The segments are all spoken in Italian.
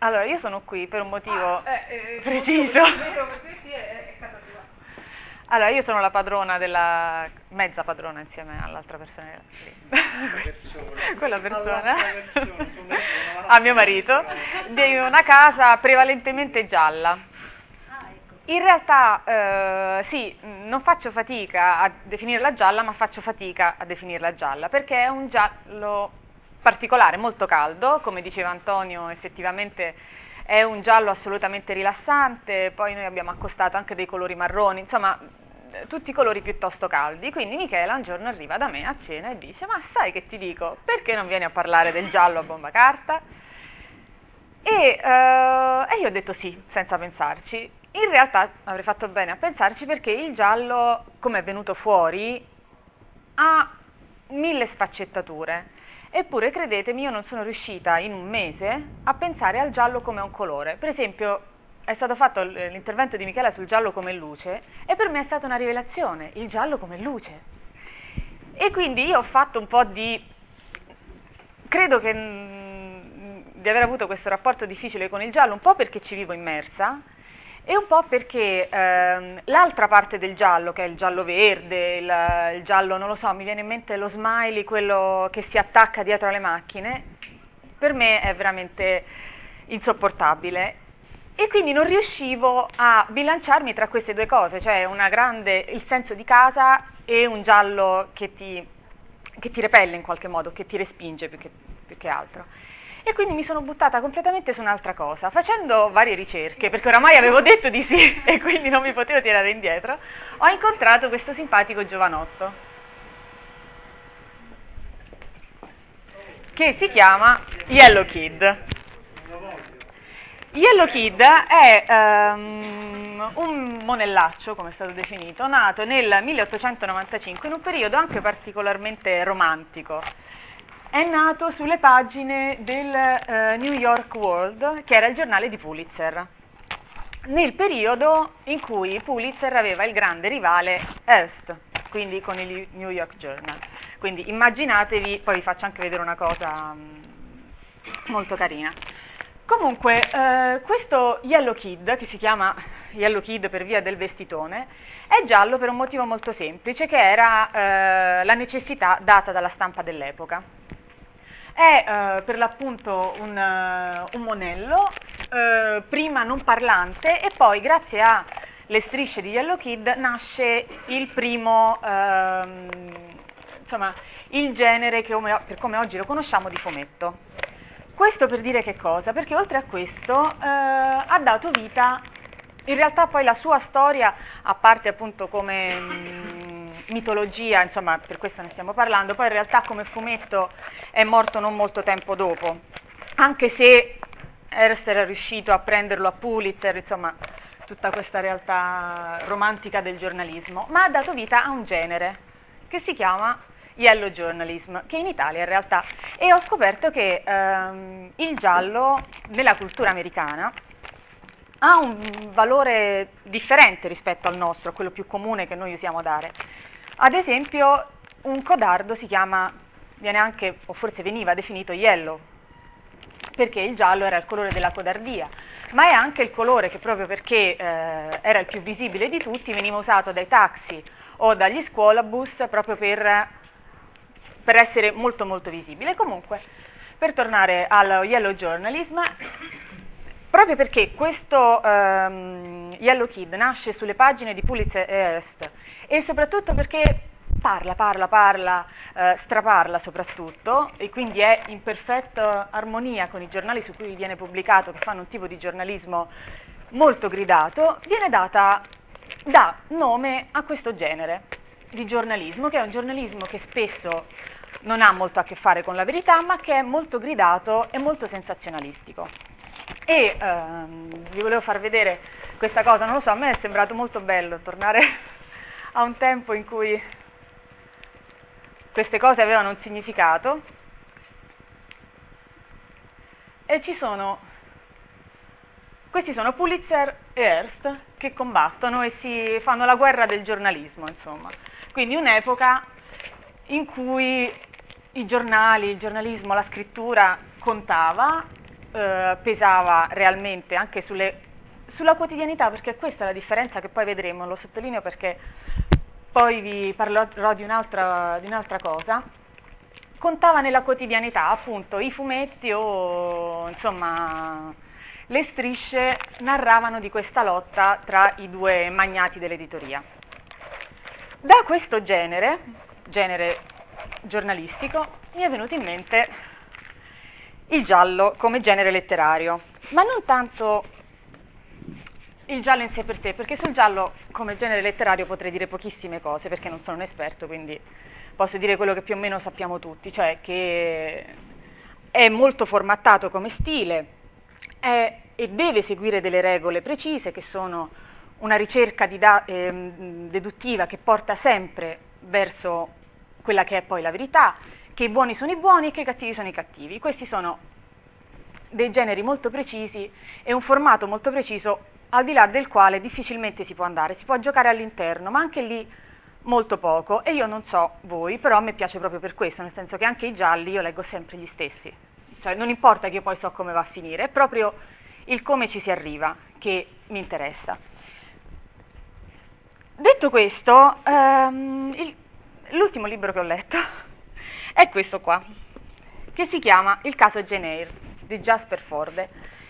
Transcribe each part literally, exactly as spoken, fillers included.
Allora, io sono qui per un motivo ah, eh, eh, preciso. Perché è, è casa tua. Allora, io sono la padrona della... mezza padrona insieme all'altra persona. persona. Quella persona. persona a mio marito, di una casa prevalentemente gialla. In realtà, eh, sì, non faccio fatica a definirla gialla, ma faccio fatica a definirla gialla, perché è un giallo particolare, molto caldo, come diceva Antonio, effettivamente è un giallo assolutamente rilassante, poi noi abbiamo accostato anche dei colori marroni, insomma, tutti colori piuttosto caldi, quindi Michela un giorno arriva da me a cena e dice: ma sai che ti dico, perché non vieni a parlare del giallo a bomba carta? E, uh, e io ho detto sì, senza pensarci. In realtà avrei fatto bene a pensarci, perché il giallo, come è venuto fuori, ha mille sfaccettature. Eppure, credetemi, io non sono riuscita in un mese a pensare al giallo come a un colore. Per esempio, è stato fatto l'intervento di Michela sul giallo come luce, e per me è stata una rivelazione, il giallo come luce. E quindi io ho fatto un po' di... credo che di aver avuto questo rapporto difficile con il giallo, un po' perché ci vivo immersa, e un po' perché ehm, l'altra parte del giallo, che è il giallo verde, il, il giallo, non lo so, mi viene in mente lo smiley, quello che si attacca dietro alle macchine, per me è veramente insopportabile. E quindi non riuscivo a bilanciarmi tra queste due cose, cioè una grande, il senso di casa, e un giallo che ti, che ti repelle in qualche modo, che ti respinge più che, più che altro. E quindi mi sono buttata completamente su un'altra cosa, facendo varie ricerche, perché oramai avevo detto di sì e quindi non mi potevo tirare indietro. Ho incontrato questo simpatico giovanotto, che si chiama Yellow Kid. Yellow Kid è um, un monellaccio, come è stato definito, nato nel milleottocentonovantacinque, in un periodo anche particolarmente romantico. È nato sulle pagine del uh, New York World, che era il giornale di Pulitzer, nel periodo in cui Pulitzer aveva il grande rivale Hearst, quindi con il New York Journal. Quindi immaginatevi, poi vi faccio anche vedere una cosa um, molto carina. Comunque, eh, questo Yellow Kid, che si chiama Yellow Kid per via del vestitone, è giallo per un motivo molto semplice, che era eh, la necessità data dalla stampa dell'epoca. È eh, per l'appunto un, uh, un monello, eh, prima non parlante, e poi grazie alle strisce di Yellow Kid nasce il primo, ehm, insomma, il genere che come, per come oggi lo conosciamo di fumetto. Questo per dire che cosa? Perché oltre a questo eh, ha dato vita, in realtà poi la sua storia, a parte appunto come mh, mitologia, insomma per questo ne stiamo parlando, poi in realtà come fumetto è morto non molto tempo dopo, anche se Hearst era riuscito a prenderlo a Pulitzer, insomma tutta questa realtà romantica del giornalismo, ma ha dato vita a un genere che si chiama Yellow Journalism, che in Italia in realtà, e ho scoperto che ehm, il giallo nella cultura americana ha un valore differente rispetto al nostro, a quello più comune che noi usiamo dare. Ad esempio, un codardo si chiama, viene anche, o forse veniva definito yellow, perché il giallo era il colore della codardia, ma è anche il colore che, proprio perché eh, era il più visibile di tutti, veniva usato dai taxi o dagli scuolabus proprio per, per essere molto molto visibile. Comunque, per tornare allo Yellow Journalism, proprio perché questo um, Yellow Kid nasce sulle pagine di Pulitzer e Hearst, e soprattutto perché parla, parla, parla, eh, straparla soprattutto, e quindi è in perfetta armonia con i giornali su cui viene pubblicato, che fanno un tipo di giornalismo molto gridato, viene data, dà nome a questo genere di giornalismo, che è un giornalismo che spesso non ha molto a che fare con la verità, ma che è molto gridato e molto sensazionalistico. E ehm, vi volevo far vedere questa cosa, non lo so, a me è sembrato molto bello tornare a un tempo in cui queste cose avevano un significato, e ci sono, questi sono Pulitzer e Hearst che combattono e si fanno la guerra del giornalismo, insomma. Quindi un'epoca in cui i giornali, il giornalismo, la scrittura contava, eh, pesava realmente anche sulle, sulla quotidianità, perché questa è la differenza che poi vedremo, lo sottolineo perché poi vi parlerò di un'altra, di un'altra cosa. Contava nella quotidianità, appunto, i fumetti o insomma le strisce narravano di questa lotta tra i due magnati dell'editoria. Da questo genere, genere giornalistico, mi è venuto in mente il giallo come genere letterario, ma non tanto il giallo in sé per sé, perché sul giallo come genere letterario potrei dire pochissime cose, perché non sono un esperto, quindi posso dire quello che più o meno sappiamo tutti, cioè che è molto formattato come stile è, e deve seguire delle regole precise, che sono una ricerca di da, eh, deduttiva che porta sempre verso quella che è poi la verità, che i buoni sono i buoni e che i cattivi sono i cattivi. Questi sono dei generi molto precisi e un formato molto preciso al di là del quale difficilmente si può andare, si può giocare all'interno, ma anche lì molto poco, e io non so voi, però a me piace proprio per questo, nel senso che anche i gialli io leggo sempre gli stessi, cioè non importa che io poi so come va a finire, è proprio il come ci si arriva che mi interessa. Detto questo, ehm, il, l'ultimo libro che ho letto è questo qua, che si chiama Il caso Jane Eyre di Jasper Fforde,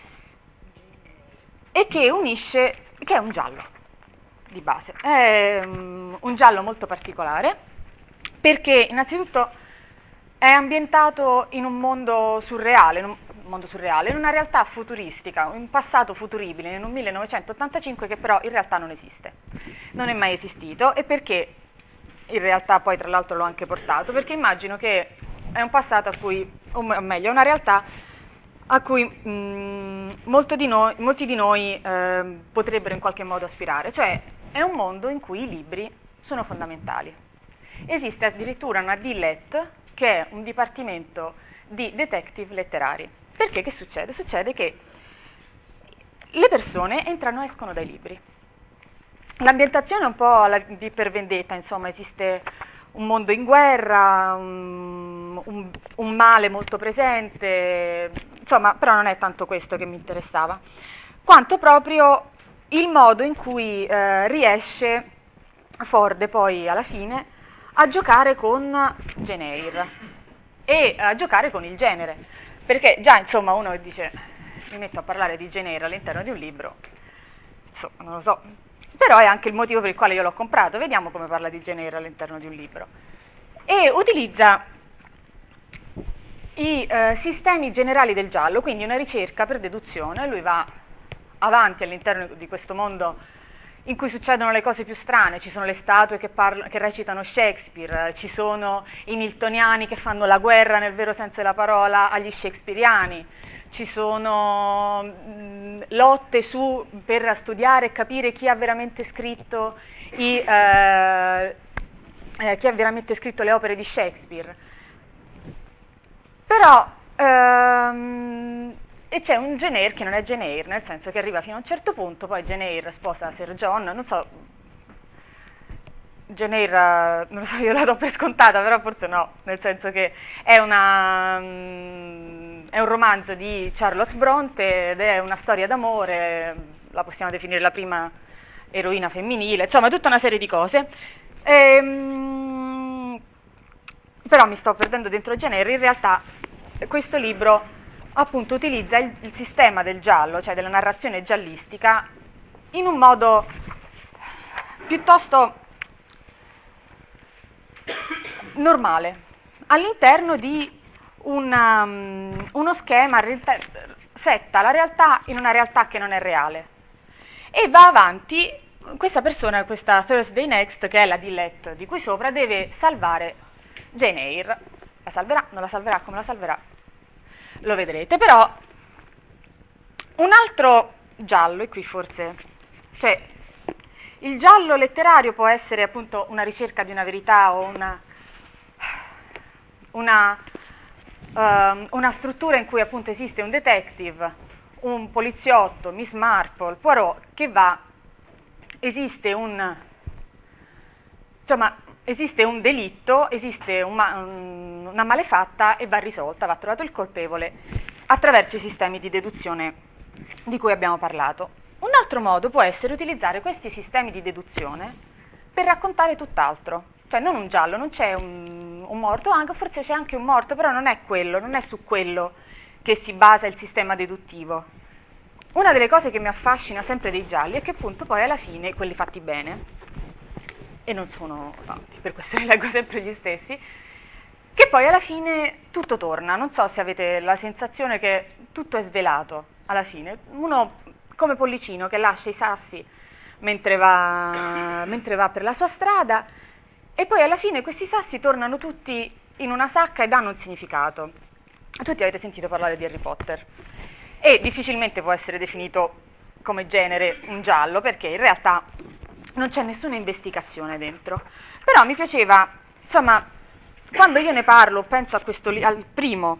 e che unisce, che è un giallo di base, è um, un giallo molto particolare, perché innanzitutto è ambientato in un mondo surreale, in un mondo surreale, in una realtà futuristica, un passato futuribile, in un millenovecentottantacinque che però in realtà non esiste, non è mai esistito, e perché in realtà poi tra l'altro l'ho anche portato, perché immagino che è un passato a cui, o meglio, è una realtà a cui mh, molto di noi, molti di noi eh, potrebbero in qualche modo aspirare, cioè è un mondo in cui i libri sono fondamentali. Esiste addirittura una D L E T, che è un dipartimento di detective letterari. Perché che succede? Succede che le persone entrano e escono dai libri. L'ambientazione è un po' alla, di per vendetta, insomma, esiste un mondo in guerra, un, un, un male molto presente, insomma, però non è tanto questo che mi interessava, quanto proprio il modo in cui eh, riesce Fforde poi alla fine a giocare con Jane Eyre e a giocare con il genere, perché già insomma uno dice mi metto a parlare di Jane Eyre all'interno di un libro, insomma non lo so, però è anche il motivo per il quale io l'ho comprato. Vediamo come parla di Jane Eyre all'interno di un libro, e utilizza i eh, sistemi generali del giallo, quindi una ricerca per deduzione. Lui va avanti all'interno di questo mondo in cui succedono le cose più strane, ci sono le statue che, parla, che recitano Shakespeare, ci sono i Miltoniani che fanno la guerra nel vero senso della parola agli shakespeariani, ci sono mh, lotte su, per studiare e capire chi ha veramente scritto i, eh, eh, chi ha veramente scritto le opere di Shakespeare. Però ehm, e c'è un Jane Eyre che non è Jane Eyre, nel senso che arriva fino a un certo punto, poi Jane Eyre sposa Sir John, non so, Jane Eyre, non lo so, io la do per scontata, però forse no, nel senso che è, una, um, è un romanzo di Charlotte Bronte ed è una storia d'amore, la possiamo definire la prima eroina femminile, insomma tutta una serie di cose. Ehm, però mi sto perdendo dentro Jane Eyre. In realtà questo libro appunto utilizza il, il sistema del giallo, cioè della narrazione giallistica, in un modo piuttosto normale, all'interno di una, um, uno schema, setta la realtà in una realtà che non è reale, e va avanti. Questa persona, questa Thursday Next, che è la D L E T di qui sopra, deve salvare Jane Eyre. La salverà? Non la salverà? Come la salverà? Lo vedrete. Però un altro giallo, e qui forse, cioè il giallo letterario può essere appunto una ricerca di una verità o una, una, um, una struttura in cui appunto esiste un detective, un poliziotto, Miss Marple, Poirot, che va, esiste un, insomma, esiste un delitto, esiste un, una malefatta e va risolta, va trovato il colpevole attraverso i sistemi di deduzione di cui abbiamo parlato. Un altro modo può essere utilizzare questi sistemi di deduzione per raccontare tutt'altro, cioè non un giallo, non c'è un, un morto, anche, forse c'è anche un morto, però non è quello, non è su quello che si basa il sistema deduttivo. Una delle cose che mi affascina sempre dei gialli è che appunto poi alla fine, quelli fatti bene, e non sono tanti, per questo ne leggo sempre gli stessi, che poi alla fine tutto torna. Non so se avete la sensazione che tutto è svelato alla fine, uno come Pollicino che lascia i sassi mentre va, mentre va per la sua strada, e poi alla fine questi sassi tornano tutti in una sacca e danno un significato. Tutti avete sentito parlare di Harry Potter, e difficilmente può essere definito come genere un giallo, perché in realtà non c'è nessuna investigazione dentro. Però mi piaceva, insomma, quando io ne parlo, penso a questo, al primo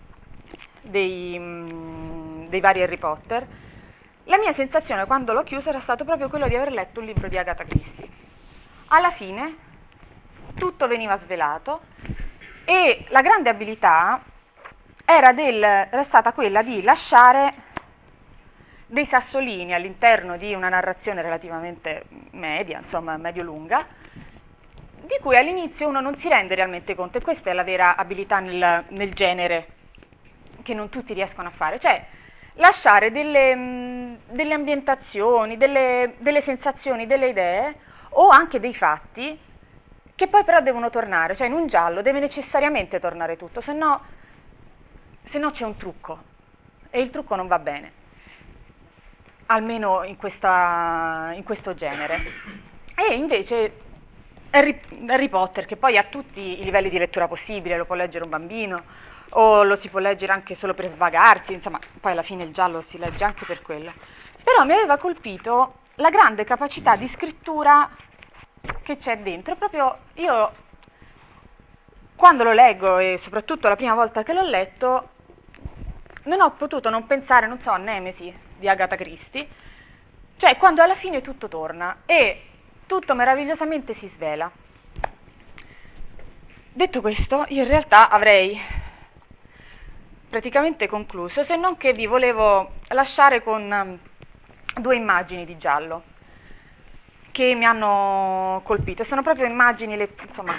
dei, mh, dei vari Harry Potter, la mia sensazione quando l'ho chiuso era stato proprio quello di aver letto un libro di Agatha Christie. Alla fine tutto veniva svelato, e la grande abilità era, del, era stata quella di lasciare dei sassolini all'interno di una narrazione relativamente media, insomma medio-lunga, di cui all'inizio uno non si rende realmente conto, e questa è la vera abilità nel, nel genere che non tutti riescono a fare, cioè lasciare delle, mh, delle ambientazioni, delle, delle sensazioni, delle idee o anche dei fatti che poi però devono tornare, cioè in un giallo deve necessariamente tornare tutto, se no, se no c'è un trucco, e il trucco non va bene, almeno in, questa, in questo genere. E invece Harry, Harry Potter, che poi ha tutti i livelli di lettura possibili, lo può leggere un bambino, o lo si può leggere anche solo per svagarsi, insomma, poi alla fine il giallo si legge anche per quello. Però mi aveva colpito la grande capacità di scrittura che c'è dentro. Proprio io, quando lo leggo, e soprattutto la prima volta che l'ho letto, non ho potuto non pensare, non so, a Nemesi di Agatha Christie, cioè quando alla fine tutto torna e tutto meravigliosamente si svela. Detto questo, io in realtà avrei praticamente concluso, se non che vi volevo lasciare con due immagini di giallo che mi hanno colpito. Sono proprio immagini, insomma,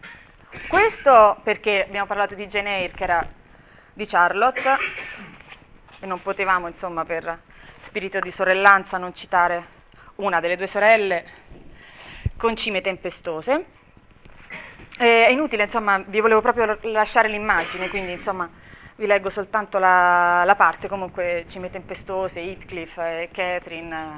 questo perché abbiamo parlato di Jane Eyre, che era di Charlotte, e non potevamo, insomma, per spirito di sorellanza non citare una delle due sorelle con cime tempestose. È inutile, insomma, vi volevo proprio lasciare l'immagine, quindi insomma vi leggo soltanto la, la parte. Comunque Cime tempestose, Heathcliff e Catherine,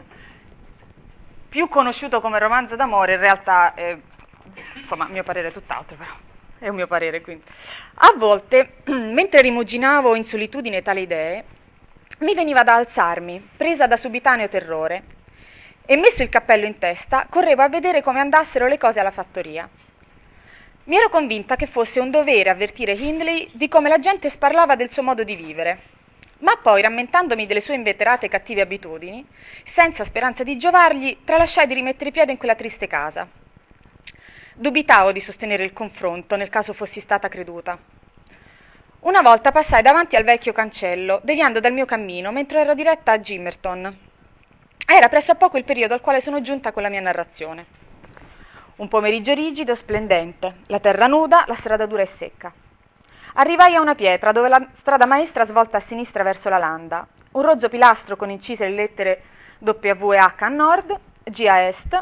più conosciuto come romanzo d'amore, in realtà è, insomma, a mio parere è tutt'altro, però è un mio parere, quindi. A volte, mentre rimuginavo in solitudine tali idee, mi veniva da alzarmi, presa da subitaneo terrore, e messo il cappello in testa, correvo a vedere come andassero le cose alla fattoria. Mi ero convinta che fosse un dovere avvertire Hindley di come la gente sparlava del suo modo di vivere, ma poi, rammentandomi delle sue inveterate e cattive abitudini, senza speranza di giovargli, tralasciai di rimettere piede in quella triste casa. Dubitavo di sostenere il confronto nel caso fossi stata creduta. Una volta passai davanti al vecchio cancello, deviando dal mio cammino mentre ero diretta a Gimmerton. Era pressappoco il periodo al quale sono giunta con la mia narrazione. Un pomeriggio rigido e splendente, la terra nuda, la strada dura e secca. Arrivai a una pietra dove la strada maestra svolta a sinistra verso la landa, un rozzo pilastro con incise le lettere W e H a nord, G a est,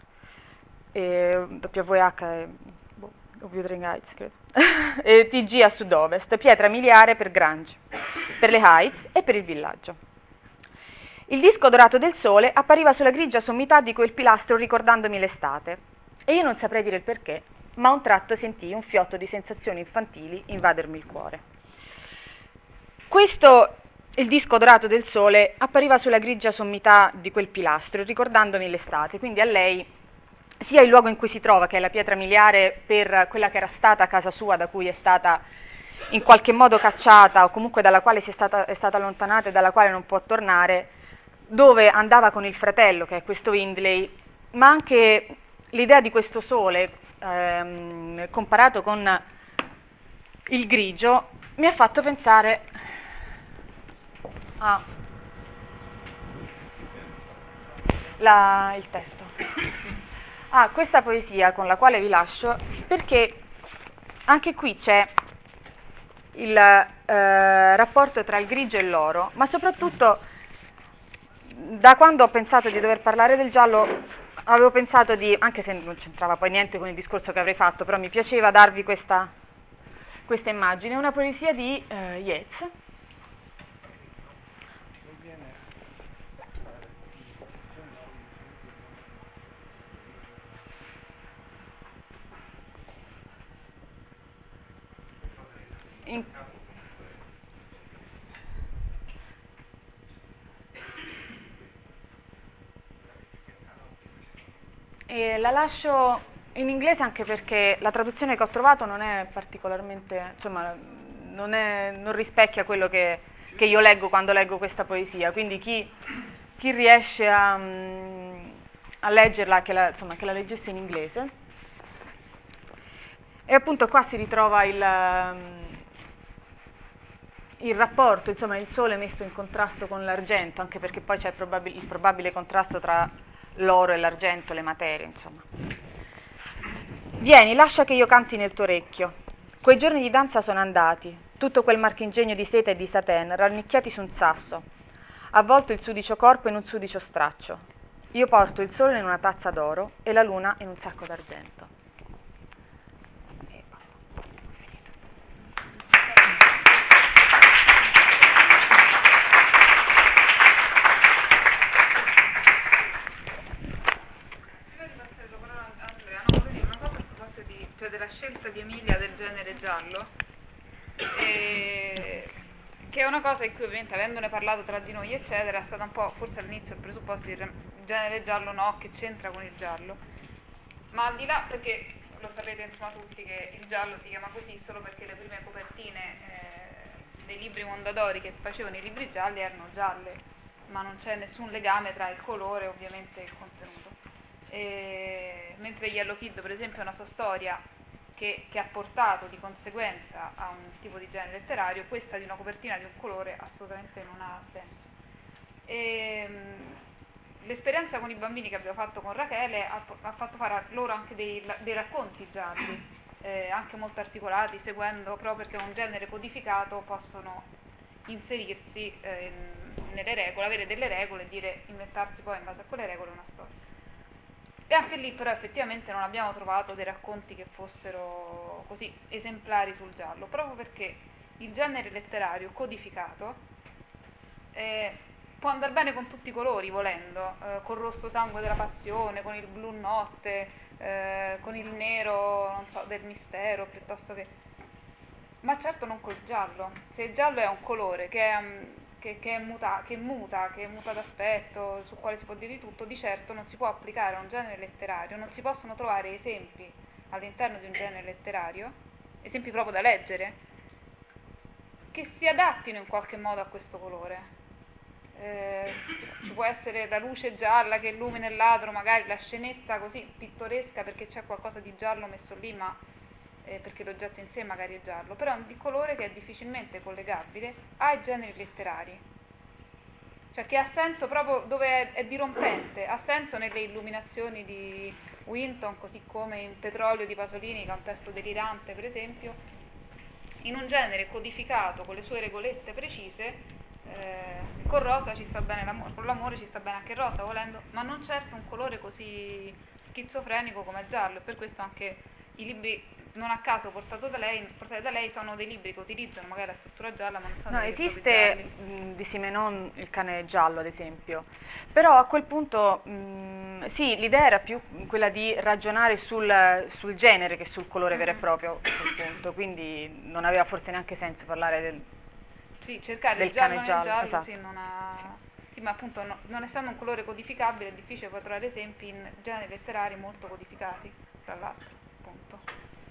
e W e H è Wuthering Heights, credo, e T G a sud-ovest, pietra miliare per Grange, per le Heights e per il villaggio. Il disco dorato del sole appariva sulla grigia sommità di quel pilastro ricordandomi l'estate, e io non saprei dire il perché, ma a un tratto sentii un fiotto di sensazioni infantili invadermi il cuore. Questo, il disco dorato del sole, appariva sulla grigia sommità di quel pilastro, ricordandomi l'estate, quindi a lei sia il luogo in cui si trova, che è la pietra miliare per quella che era stata casa sua, da cui è stata in qualche modo cacciata, o comunque dalla quale si è stata, è stata allontanata e dalla quale non può tornare, dove andava con il fratello, che è questo Hindley, ma anche l'idea di questo sole ehm, comparato con il grigio mi ha fatto pensare Ah. La, il testo. Ah, questa poesia con la quale vi lascio, perché anche qui c'è il eh, rapporto tra il grigio e l'oro, ma soprattutto da quando ho pensato di dover parlare del giallo, avevo pensato di, anche se non c'entrava poi niente con il discorso che avrei fatto, però mi piaceva darvi questa, questa immagine, una poesia di eh, Yeats. In, e la lascio in inglese anche perché la traduzione che ho trovato non è particolarmente, insomma, non, è, non rispecchia quello che, che io leggo quando leggo questa poesia, quindi chi, chi riesce a, a leggerla, che la, insomma, che la leggesse in inglese. E appunto qua si ritrova il... il rapporto, insomma, il sole messo in contrasto con l'argento, anche perché poi c'è probabil- il probabile contrasto tra l'oro e l'argento, le materie, insomma. Vieni, lascia che io canti nel tuo orecchio. Quei giorni di danza sono andati, tutto quel marchingegno di seta e di satin rannicchiati su un sasso, avvolto il sudicio corpo in un sudicio straccio. Io porto il sole in una tazza d'oro e la luna in un sacco d'argento. Della scelta di Emilia del genere giallo, e che è una cosa in cui ovviamente avendone parlato tra di noi eccetera è stata un po' forse all'inizio il presupposto di dire il genere giallo no, che c'entra con il giallo, ma al di là, perché lo sapete insomma tutti che il giallo si chiama così solo perché le prime copertine eh, dei libri Mondadori che facevano i libri gialli erano gialle, ma non c'è nessun legame tra il colore ovviamente e il contenuto. E, mentre Yellow Kid per esempio è una sua storia che, che ha portato di conseguenza a un tipo di genere letterario, questa di una copertina di un colore assolutamente non ha senso. E, mh, l'esperienza con i bambini che abbiamo fatto con Rachele ha, ha fatto fare a loro anche dei, dei racconti gialli, eh, anche molto articolati, seguendo proprio perché è un genere codificato, possono inserirsi eh, in, nelle regole, avere delle regole e dire, inventarsi poi in base a quelle regole una storia. E anche lì però effettivamente non abbiamo trovato dei racconti che fossero così esemplari sul giallo, proprio perché il genere letterario codificato eh, può andare bene con tutti i colori volendo, eh, col rosso sangue della passione, con il blu notte, eh, con il nero non so, del mistero, piuttosto che... ma certo non col giallo. Se il giallo è un colore che è... Um, Che, che, è muta, che muta, che muta d'aspetto, sul quale si può dire di tutto, di certo non si può applicare a un genere letterario, non si possono trovare esempi all'interno di un genere letterario, esempi proprio da leggere, che si adattino in qualche modo a questo colore. Eh, ci può essere la luce gialla che illumina il ladro, magari la scenetta così pittoresca perché c'è qualcosa di giallo messo lì, ma Eh, perché l'oggetto in sé magari è giallo, però è un di colore che è difficilmente collegabile ai generi letterari, cioè che ha senso proprio dove è, è dirompente, ha senso nelle illuminazioni di Winton, così come in Petrolio di Pasolini, che è un testo delirante per esempio, in un genere codificato con le sue regolette precise. Eh, con rosa ci sta bene l'amore, con l'amore ci sta bene anche il rosa volendo, ma non certo un colore così schizofrenico come giallo, e per questo anche i libri non a caso portato da lei, portati da lei sono dei libri che utilizzano magari la struttura gialla, ma non sono no, dei esiste mh, di Simenon il cane giallo ad esempio, però a quel punto mh, sì, l'idea era più quella di ragionare sul, sul genere che sul colore vero e proprio a quel punto, quindi non aveva forse neanche senso parlare del, sì, cercare del il giallo cane nel giallo, giallo, esatto. sì, non ha... sì, ma appunto no, non essendo un colore codificabile è difficile poi trovare esempi in generi letterari molto codificati, tra l'altro, appunto.